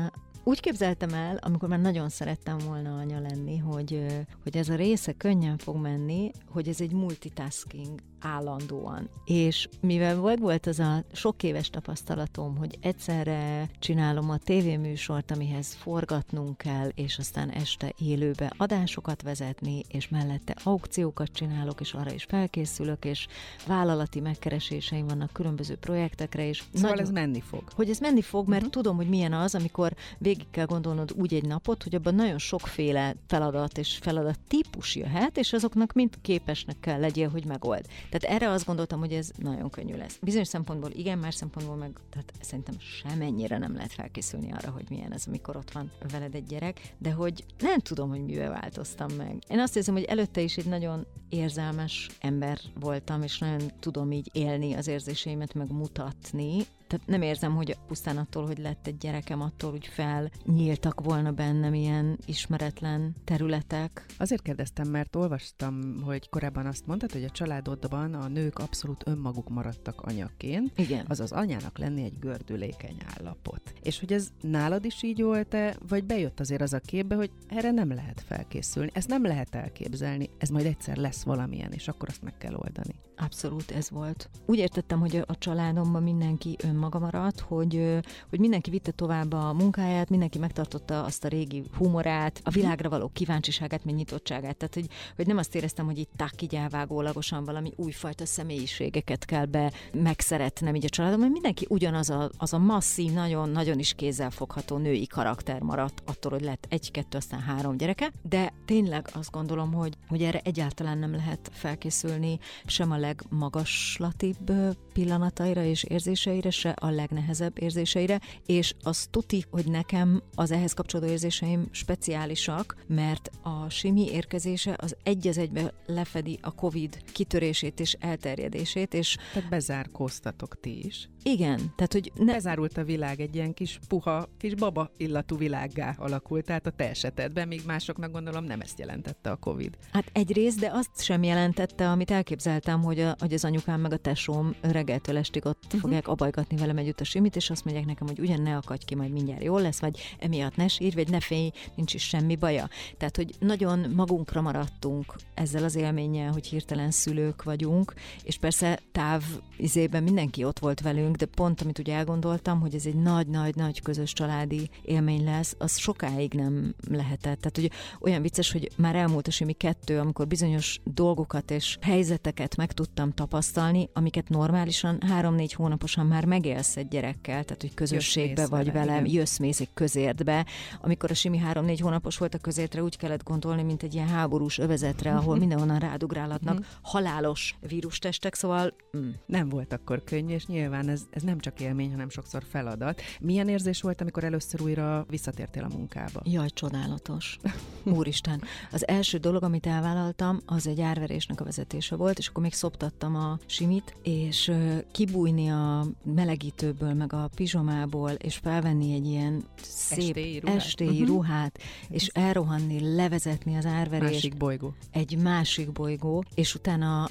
úgy képzeltem el, amikor már nagyon szerettem volna anya lenni, hogy ez a része könnyen fog menni, hogy ez egy multitasking állandóan. És mivel volt az a sok éves tapasztalatom, hogy egyszerre csinálom a tévéműsort, amihez forgatnunk kell, és aztán este élőbe adásokat vezetni, és mellette aukciókat csinálok, és arra is felkészülök, és vállalati megkereséseim vannak különböző projektekre, és szóval ez menni fog. Hogy ez menni fog, mert tudom, hogy milyen az, amikor végig kell gondolnod úgy egy napot, hogy abban nagyon sokféle feladat és feladat típus jöhet, és azoknak mind képesnek kell legyél, hogy megold. Tehát erre azt gondoltam, hogy ez nagyon könnyű lesz. Bizonyos szempontból igen, más szempontból meg, tehát szerintem semennyire nem lehet felkészülni arra, hogy milyen ez, amikor ott van veled egy gyerek, de hogy nem tudom, hogy mivel változtam meg. Én azt hiszem, hogy előtte is egy nagyon érzelmes ember voltam, és nagyon tudom így élni az érzéseimet, meg mutatni. Tehát nem érzem, hogy pusztán attól, hogy lett egy gyerekem, attól úgy felnyíltak volna bennem ilyen ismeretlen területek. Azért kérdeztem, mert olvastam, hogy korábban azt mondtad, hogy a családodban a nők abszolút önmaguk maradtak anyaként. Igen. Azaz anyának lenni egy gördülékeny állapot. És hogy ez nálad is így volt-e, vagy bejött azért az a képbe, hogy erre nem lehet felkészülni, ezt nem lehet elképzelni, ez majd egyszer lesz valamilyen, és akkor azt meg kell oldani. Abszolút ez volt. Úgy értettem, hogy a családomban mindenki önmaga maradt, hogy mindenki vitte tovább a munkáját, mindenki megtartotta azt a régi humorát, a világra való kíváncsiságát, meg nyitottságát. Tehát, hogy nem azt éreztem, hogy itt így elvágólagosan valami újfajta személyiségeket kell megszeretnem így a családom, mert mindenki ugyanaz az a masszív, nagyon-nagyon is kézzelfogható női karakter maradt attól, hogy lett 1-2, aztán 3 gyereke, de tényleg azt gondolom, hogy erre egyáltalán nem lehet felkészülni, sem a legmagaslatibb pillanataira és érzéseire, se a legnehezebb érzéseire, és az tuti, hogy nekem az ehhez kapcsolódó érzéseim speciálisak, mert a simi érkezése az egy az egybe lefedi a Covid kitörését és elterjedését, és... Tehát bezárkóztatok ti is. Igen, tehát hogy... Bezárult a világ, egy ilyen kis puha, kis baba illatú világgá alakult, tehát a te esetedben, míg másoknak gondolom nem ezt jelentette a Covid. Hát egyrészt, de azt sem jelentette, amit elképzeltem, hogy az anyukám meg a tesóm reggeltől estig ott fogják abajgatni velem együtt a simit, és azt mondják nekem, hogy ugyan ne akadj ki, majd mindjárt jól lesz, vagy emiatt ne sírj, vagy ne félj, nincs is semmi baja. Tehát, hogy nagyon magunkra maradtunk ezzel az élménnyel, hogy hirtelen szülők vagyunk, és persze izében mindenki ott volt velünk, de pont, amit ugye elgondoltam, hogy ez egy nagy-nagy-nagy közös családi élmény lesz, az sokáig nem lehetett. Tehát, hogy olyan vicces, hogy már elmúlt a simi 2, amikor bizonyos dolgokat és helyzeteket meg tudtam tapasztalni, amiket normálisan 3-4 hónaposan már megélsz egy gyerekkel, tehát, hogy közösségbe vagy velem, jössz-mész egy közértbe. Amikor a simi 3-4 hónapos volt, a közértre úgy kellett gondolni, mint egy ilyen háborús övezetre, ahol mindenhonnan rádugrálhatnak halálos vírustestek, szóval... Nem volt akkor könnyű, és nyilván ez nem csak élmény, hanem sokszor feladat. Milyen érzés volt, amikor először újra visszatértél a munkába? Jaj, csodálatos. Úristen. Az első dolog, amit elvállaltam, az egy árverésnek a vezetése volt, és akkor még szoptattam a simit, és kibújni a melegítőből, meg a pizsomából, és felvenni egy ilyen szép estéi ruhát, és elrohanni, levezetni az árverést. Másik bolygó. Egy másik bolygó, és utána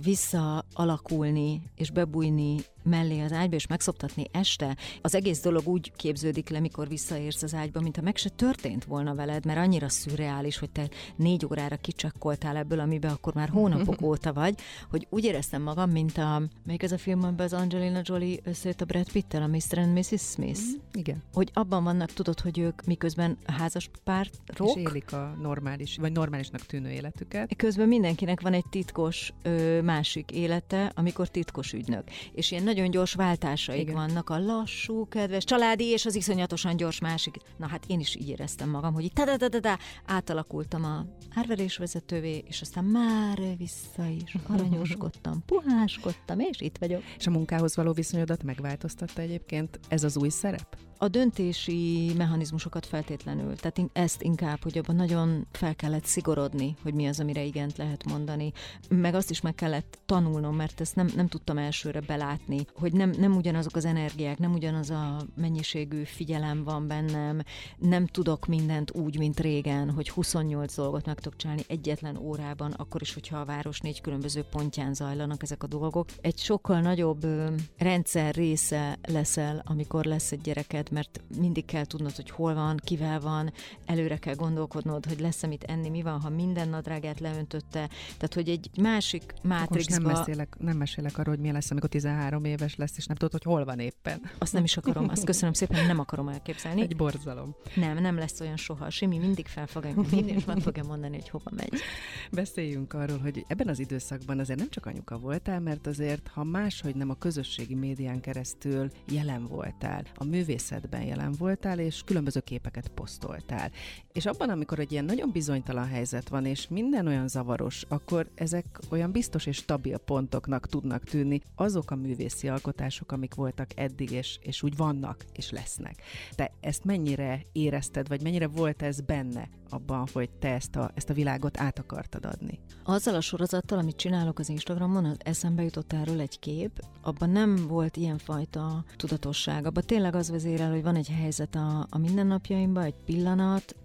visszaalakulni, és bebújni mellé az ágyba, és megszoptatni este. Az egész dolog úgy képződik le, mikor visszaérsz az ágyba, mintha meg se történt volna veled, mert annyira szürreális, hogy te 4 órára kicsekkoltál ebből, amiben akkor már hónapok óta vagy, hogy úgy éreztem magam, mint melyik ez a film, amiben az Angelina Jolie összejött a Brad Pitt-tel, a Mr. and Mrs. Smith. Igen. Hogy abban vannak, tudod, hogy ők miközben házas párok, és élik a normális, vagy normálisnak tűnő életüket. Közben mindenkinek van egy titkos másik élete, amikor titkos ügynök. És ilyen nagyon gyors váltásaik vannak, a lassú, kedves, családi, és az iszonyatosan gyors másik. Na hát én is így éreztem magam, hogy itt átalakultam a árverésvezetővé, és aztán már vissza is aranyoskodtam, puháskodtam, és itt vagyok. És a munkához való viszonyodat megváltoztatta egyébként ez az új szerep? A döntési mechanizmusokat feltétlenül, tehát ezt inkább, hogy abban nagyon fel kellett szigorodni, hogy mi az, amire igent lehet mondani, meg azt is meg kellett tanulnom, mert ezt nem tudtam elsőre belátni, hogy nem ugyanazok az energiák, nem ugyanaz a mennyiségű figyelem van bennem, nem tudok mindent úgy, mint régen, hogy 28 dolgot meg tudok csinálni egyetlen órában, akkor is, hogyha a város 4 különböző pontján zajlanak ezek a dolgok. Egy sokkal nagyobb rendszer része leszel, amikor lesz egy gyereked, figyeled, mert mindig kell tudnod, hogy hol van, kivel van, előre kell gondolkodnod, hogy lesz mit enni, mi van, ha minden nadrágát leöntötte. Tehát, hogy egy másik mátrixba... Most nem mesélek arról, hogy milyen lesz, amikor 13 éves lesz, és nem tudod, hogy hol van éppen. Azt nem is akarom, azt köszönöm szépen, nem akarom elképzelni. Egy borzalom. Nem lesz olyan soha. Simi mindig fel fog engem és meg fogja mondani, hogy hova megy. Beszéljünk arról, hogy ebben az időszakban azért nem csak anyuka voltál, mert azért, ha máshogy nem a közösségi médián keresztül jelen voltál, a művészetben jelen voltál, és különböző képeket posztoltál. És abban, amikor egy ilyen nagyon bizonytalan helyzet van, és minden olyan zavaros, akkor ezek olyan biztos és stabil pontoknak tudnak tűnni azok a művészi alkotások, amik voltak eddig, és úgy vannak, és lesznek. Te ezt mennyire érezted, vagy mennyire volt ez benne abban, hogy te ezt a világot át akartad adni? Azzal a sorozattal, amit csinálok az Instagramon, az eszembe jutott erről egy kép, abban nem volt ilyenfajta tudatosság. Abban tényleg az vezérel, hogy van egy helyzet a mindennapjaimban, egy pillanat,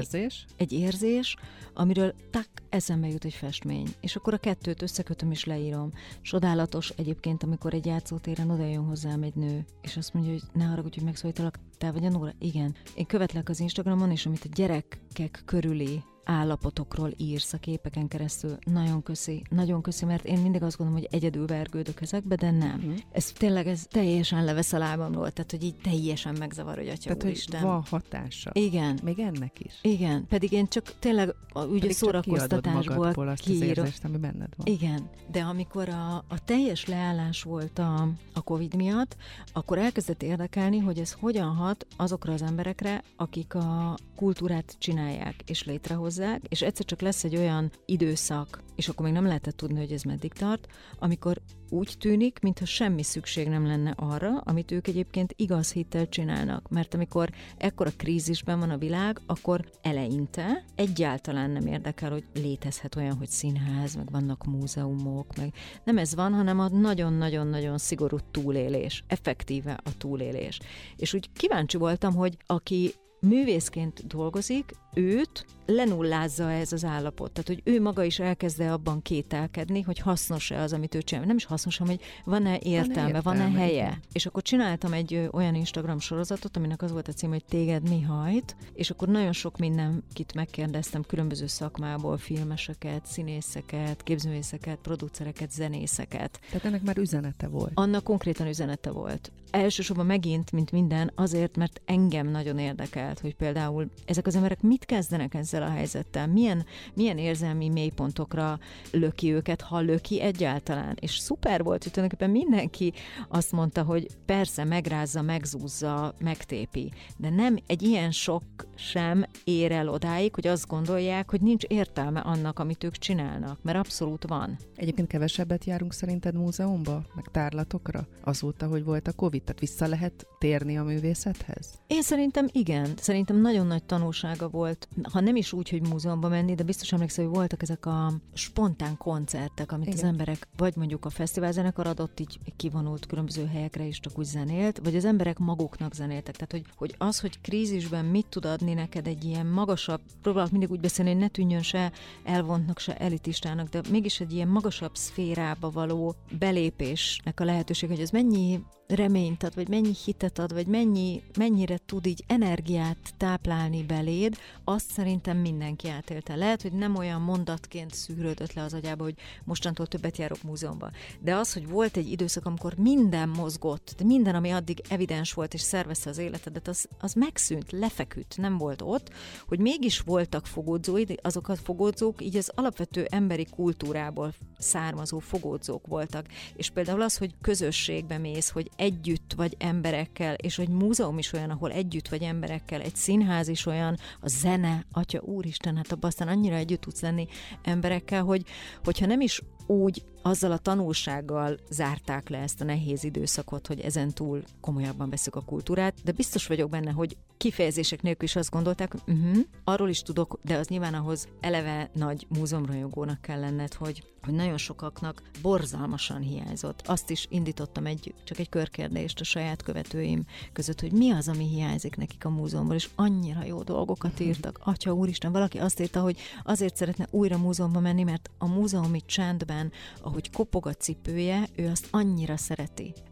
Egy érzés, amiről eszembe jut egy festmény. És akkor a kettőt összekötöm és leírom. Csodálatos egyébként, amikor egy játszótéren oda jön hozzám egy nő, és azt mondja, hogy ne haragudj, hogy megszólítalak, te vagy a Nóra? Igen. Én követlek az Instagramon, és amit a gyerekek körüli állapotokról írsz a képeken keresztül. Nagyon köszi, mert én mindig azt gondolom, hogy egyedül vergődök ezekbe, de nem. Ez teljesen levesz a lábamról, tehát hogy így teljesen megzavar, hogy atya úristen. Van hatása. Igen. Még ennek is. Igen, pedig én csak tényleg úgy a szórakoztatásból azt az érzést, ami benned van. Igen, de amikor a teljes leállás volt a Covid miatt, akkor elkezdett érdekelni, hogy ez hogyan hat azokra az emberekre, akik a kultúrát csinálják és létrehozzák, és egyszer csak lesz egy olyan időszak, és akkor még nem lehetett tudni, hogy ez meddig tart, amikor úgy tűnik, mintha semmi szükség nem lenne arra, amit ők egyébként igaz hittel csinálnak. Mert amikor ekkora krízisben van a világ, akkor eleinte egyáltalán nem érdekel, hogy létezhet olyan, hogy színház, meg vannak múzeumok, meg nem ez van, hanem a nagyon-nagyon-nagyon szigorú túlélés, effektíve a túlélés. És úgy kíváncsi voltam, hogy aki művészként dolgozik, őt lenullázza ez az állapot. Tehát, hogy ő maga is elkezde abban kételkedni, hogy hasznos-e az, amit ő csinál. Nem is hasznos, hanem, hogy van-e értelme, van-e helye. Igen. És akkor csináltam egy olyan Instagram sorozatot, aminek az volt a cím, hogy Téged mi hajt, és akkor nagyon sok mindenkit megkérdeztem különböző szakmából, filmeseket, színészeket, képzőművészeket, producereket, zenészeket. Tehát ennek már üzenete volt. Annak konkrétan üzenete volt. Elsősorban megint, mint minden, azért, mert engem nagyon érdekelt, hogy például ezek az emberek mit kezdenek ezzel a helyzettel, milyen érzelmi mélypontokra löki őket, ha löki egyáltalán. És szuper volt, hogy tulajdonképpen mindenki azt mondta, hogy persze megrázza, megzúzza, megtépi, de nem egy ilyen sok sem ér el odáig, hogy azt gondolják, hogy nincs értelme annak, amit ők csinálnak, mert abszolút van. Egyébként kevesebbet járunk szerinted múzeumba, meg tárlatokra? Azóta, hogy volt a Covid, tehát vissza lehet térni a művészethez? Én szerintem igen. Szerintem nagyon nagy tanulsága volt, ha nem is úgy, hogy múzeumba menni, de biztos emlékszem, hogy voltak ezek a spontán koncertek, amit igen. Az emberek, vagy mondjuk a fesztiválzenekar adott, így kivonult különböző helyekre is csak úgy zenélt, vagy az emberek maguknak zenéltek. Tehát, hogy az, hogy krízisben mit tud adni neked egy ilyen magasabb, próbálok mindig úgy beszélni, hogy ne tűnjön se elvontnak, se elitistának, de mégis egy ilyen magasabb szférába való belépésnek a lehetőség, hogy ez mennyi reményt ad, vagy mennyi hitet ad, vagy mennyire tud így energiát táplálni beléd, azt szerintem mindenki átélte. Lehet, hogy nem olyan mondatként szűrődött le az agyába, hogy mostantól többet járok múzeumban. De az, hogy volt egy időszak, amikor minden mozgott, de minden, ami addig evidens volt és szervezte az életedet, az megszűnt, lefeküdt, nem volt ott, hogy mégis voltak fogódzói, de azok a fogódzók így az alapvető emberi kultúrából származó fogódzók voltak. És például az, hogy közösségbe mész, hogy együtt vagy emberekkel, és hogy múzeum is olyan, ahol együtt vagy emberekkel, egy színház is olyan, a zene, atya úristen, hát abban aztán annyira együtt tudsz lenni emberekkel, hogyha nem is úgy azzal a tanulsággal zárták le ezt a nehéz időszakot, hogy ezen túl komolyabban veszük a kultúrát, de biztos vagyok benne, hogy kifejezések nélkül is azt gondolták, hogy arról is tudok, de az nyilván ahhoz eleve nagy múzeumrajongónak kell lenned, hogy nagyon sokaknak borzalmasan hiányzott. Azt is indítottam csak egy körkérdést a saját követőim között, hogy mi az, ami hiányzik nekik a múzeumból, és annyira jó dolgokat írtak. Atya úristen, valaki azt írta, hogy azért szeretne újra múzeumba menni, mert a múzeumi csendben, ahogy kopog a cipője, ő azt annyira szereti.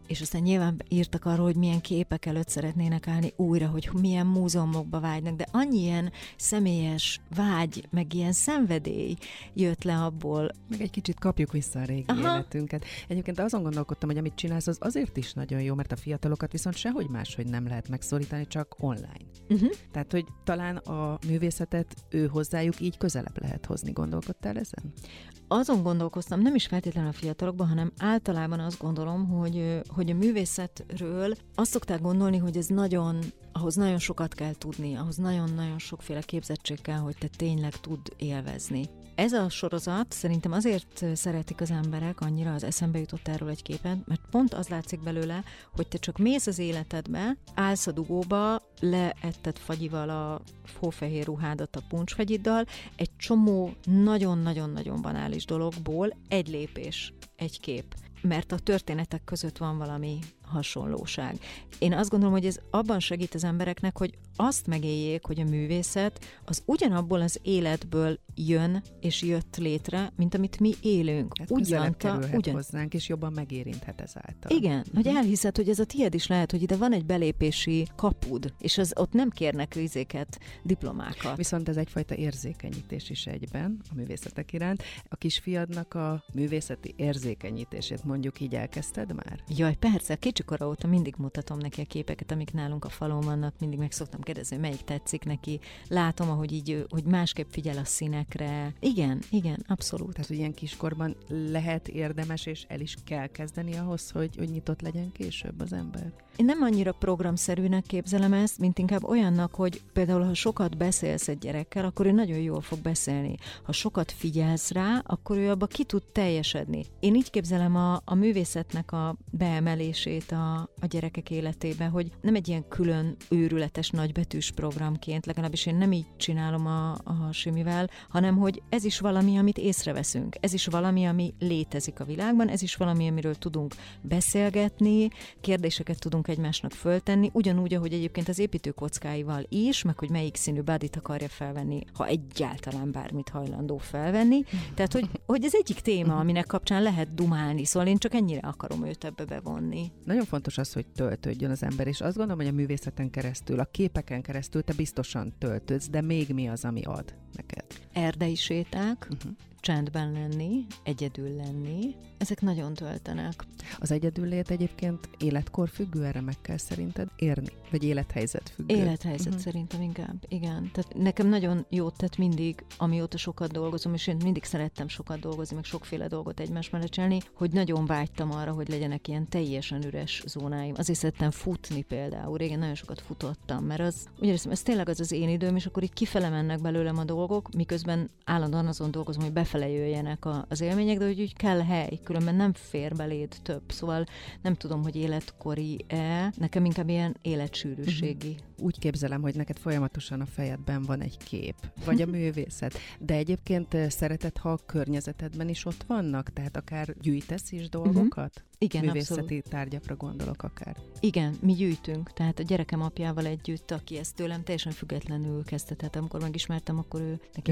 és aztán nyilván írtak arról, hogy milyen képek előtt szeretnének állni újra, hogy milyen múzeumokba vágynak, de annyi ilyen személyes vágy, meg ilyen szenvedély jött le abból. Meg egy kicsit kapjuk vissza a régi életünket. Egyébként azon gondolkodtam, hogy amit csinálsz, az azért is nagyon jó, mert a fiatalokat viszont sehogy máshogy nem lehet megszólítani, csak online. Tehát, hogy talán a művészetet ő hozzájuk így közelebb lehet hozni. Gondolkodtál ezen? Azon gondolkoztam, nem is feltétlenül a fiatalokban, hanem általában azt gondolom, hogy a művészetről azt szokták gondolni, hogy ez ahhoz nagyon sokat kell tudni, ahhoz nagyon-nagyon sokféle képzettség kell, hogy te tényleg tud élvezni. Ez a sorozat szerintem azért szeretik az emberek, annyira az eszembe jutott erről egy képen, mert pont az látszik belőle, hogy te csak mész az életedbe, állsz a dugóba, leetted fagyival a hófehér ruhádat a puncsfagyiddal, egy csomó nagyon-nagyon-nagyon banális dologból egy lépés, egy kép. Mert a történetek között van valami hasonlóság. Én azt gondolom, hogy ez abban segít az embereknek, hogy azt megéljék, hogy a művészet az ugyanabból az életből jön és jött létre, mint amit mi élünk. Hát közelebb kerülhet hozzánk, és jobban megérinthet ezáltal. Igen, hogy elhiszed, hogy ez a tiéd is lehet, hogy ide van egy belépési kapud, és ott nem kérnek diplomákat. Viszont ez egyfajta érzékenyítés is egyben a művészetek iránt. A kisfiadnak a művészeti érzékenyítését mondjuk így elkezdted már? Jaj, persze, kicsikora óta mindig mutatom neki a képeket, amik nálunk a falon vannak, mindig meg szoktam kérdezni, melyik tetszik neki. Látom, ahogy hogy másképp figyel a színekre. Igen, abszolút. Tehát, hogy ilyen kiskorban lehet érdemes, és el is kell kezdeni ahhoz, hogy nyitott legyen később az ember? Én nem annyira programszerűnek képzelem ezt, mint inkább olyannak, hogy például, ha sokat beszélsz egy gyerekkel, akkor ő nagyon jól fog beszélni. Ha sokat figyelsz rá, akkor ő abba ki tud teljesedni. Én így képzelem a művészetnek a beemelését a gyerekek életébe, hogy nem egy ilyen külön őrületes nagybetűs programként, legalábbis én nem így csinálom a Simivel, hanem hogy ez is valami, amit észreveszünk. Ez is valami, ami létezik a világban, ez is valami, amiről tudunk beszélgetni, kérdéseket tudunk egymásnak föltenni, ugyanúgy, ahogy egyébként az építőkockáival is, meg hogy melyik színű bádit akarja felvenni, ha egyáltalán bármit hajlandó felvenni. Tehát, hogy ez egyik téma, aminek kapcsán lehet dumálni, szóval én csak ennyire akarom őt ebbe bevonni. Nagyon fontos az, hogy töltődjön az ember, és azt gondolom, hogy a művészeten keresztül, a képeken keresztül te biztosan töltődsz, de még mi az, ami ad neked? Erdei séták, csendben lenni, egyedül lenni, ezek nagyon töltenek. Az egyedüllét egyébként életkor függő, erre meg kell szerinted érni? Vagy élethelyzet függő? Élethelyzet szerintem inkább, igen. Tehát nekem nagyon jót tett mindig, amióta sokat dolgozom, és én mindig szerettem sokat dolgozni, meg sokféle dolgot egymás mellett csinálni, hogy nagyon vágytam arra, hogy legyenek ilyen teljesen üres zónáim. Azért szerettem futni például. Régen nagyon sokat futottam, mert az, úgy érzem, ez tényleg az én időm, és akkor így kifele mennek belőlem a dolgok, miközben állandóan azon dolgozom, hogy befele jöjjenek az élmények, de hogy úgy kell hely, különben nem fér beléd több. Szóval nem tudom, hogy életkori-e, nekem inkább ilyen életsűrűségi. Úgy képzelem, hogy neked folyamatosan a fejedben van egy kép, vagy a művészet. De egyébként szereted, ha a környezetedben is ott vannak? Tehát akár gyűjtesz is dolgokat? Igen, művészeti abszolút. Tárgyakra gondolok akár. Igen, mi gyűjtünk. Tehát a gyerekem apjával együtt, aki ezt tőlem teljesen függetlenül kezdte. Tehát amikor megismertem, akkor neki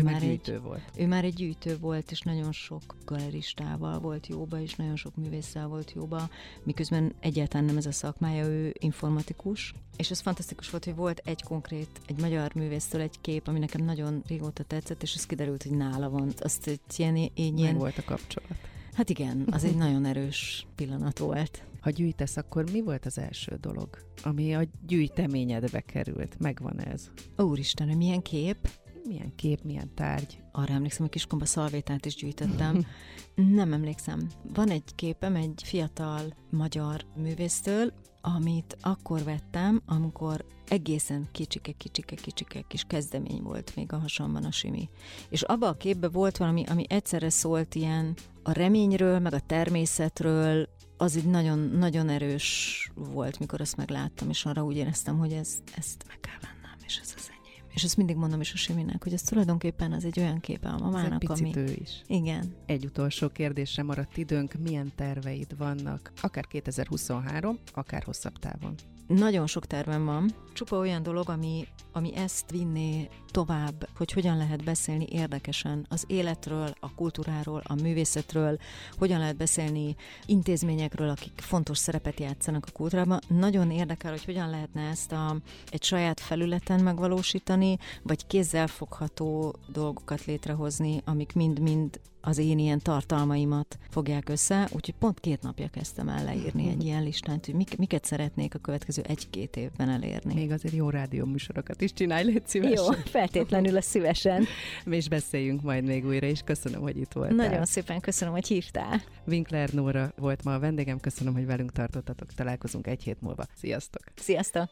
ő már egy gyűjtő volt, és nagyon sok galeristával volt jóba, és nagyon sok művésszel volt jóba, miközben egyáltalán nem ez a szakmája, ő informatikus. És ez fantasztikus volt, hogy volt egy magyar művésztől egy kép, ami nekem nagyon régóta tetszett, és ez kiderült, hogy nála van. Azt egy ilyen volt a kapcsolat. Hát igen, az egy nagyon erős pillanat volt. Ha gyűjtesz, akkor mi volt az első dolog, ami a gyűjteményedbe került? Megvan ez? Úristen, milyen kép? Milyen kép, milyen tárgy? Arra emlékszem, hogy kiskomba szalvétát is gyűjtöttem. Nem emlékszem. Van egy képem egy fiatal magyar művésztől, amit akkor vettem, amikor egészen kicsike kis kezdemény volt még a hasamban a Simi. És abban a képben volt valami, ami egyszerre szólt ilyen a reményről, meg a természetről, az így nagyon-nagyon erős volt, mikor azt megláttam, és arra úgy éreztem, hogy ezt meg kell vennem, és ez az enyém, És ezt mindig mondom is a Siminek, hogy ez tulajdonképpen az egy olyan képe a mamának, ez egy picit ő is. Igen. Egy utolsó kérdésre maradt időnk, milyen terveid vannak, akár 2023, akár hosszabb távon? Nagyon sok tervem van. Csupa olyan dolog, ami ezt vinné tovább, hogy hogyan lehet beszélni érdekesen az életről, a kultúráról, a művészetről, hogyan lehet beszélni intézményekről, akik fontos szerepet játszanak a kultúrában. Nagyon érdekel, hogy hogyan lehetne ezt egy saját felületen megvalósítani, vagy kézzelfogható dolgokat létrehozni, amik mind-mind az én ilyen tartalmaimat fogják össze, úgyhogy pont 2 napja kezdtem el leírni egy ilyen listát, hogy miket szeretnék a következő 1-2 évben elérni. Még azért jó rádióműsorokat is csinálj, légy szívesen. Jó, feltétlenül a szívesen. És beszéljünk majd még újra, és köszönöm, hogy itt voltál. Nagyon szépen köszönöm, hogy hívtál. Winkler Nóra volt ma a vendégem, köszönöm, hogy velünk tartottatok, találkozunk 1 hét múlva. Sziasztok! Sziasztok!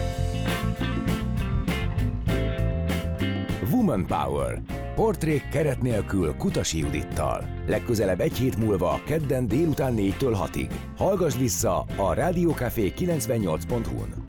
Woman Power. Portrék keret nélkül Kutasi Judittal. Legközelebb 1 hét múlva, kedden délután 4-től 6-ig. Hallgass vissza a Rádiókafé 98.hu-n.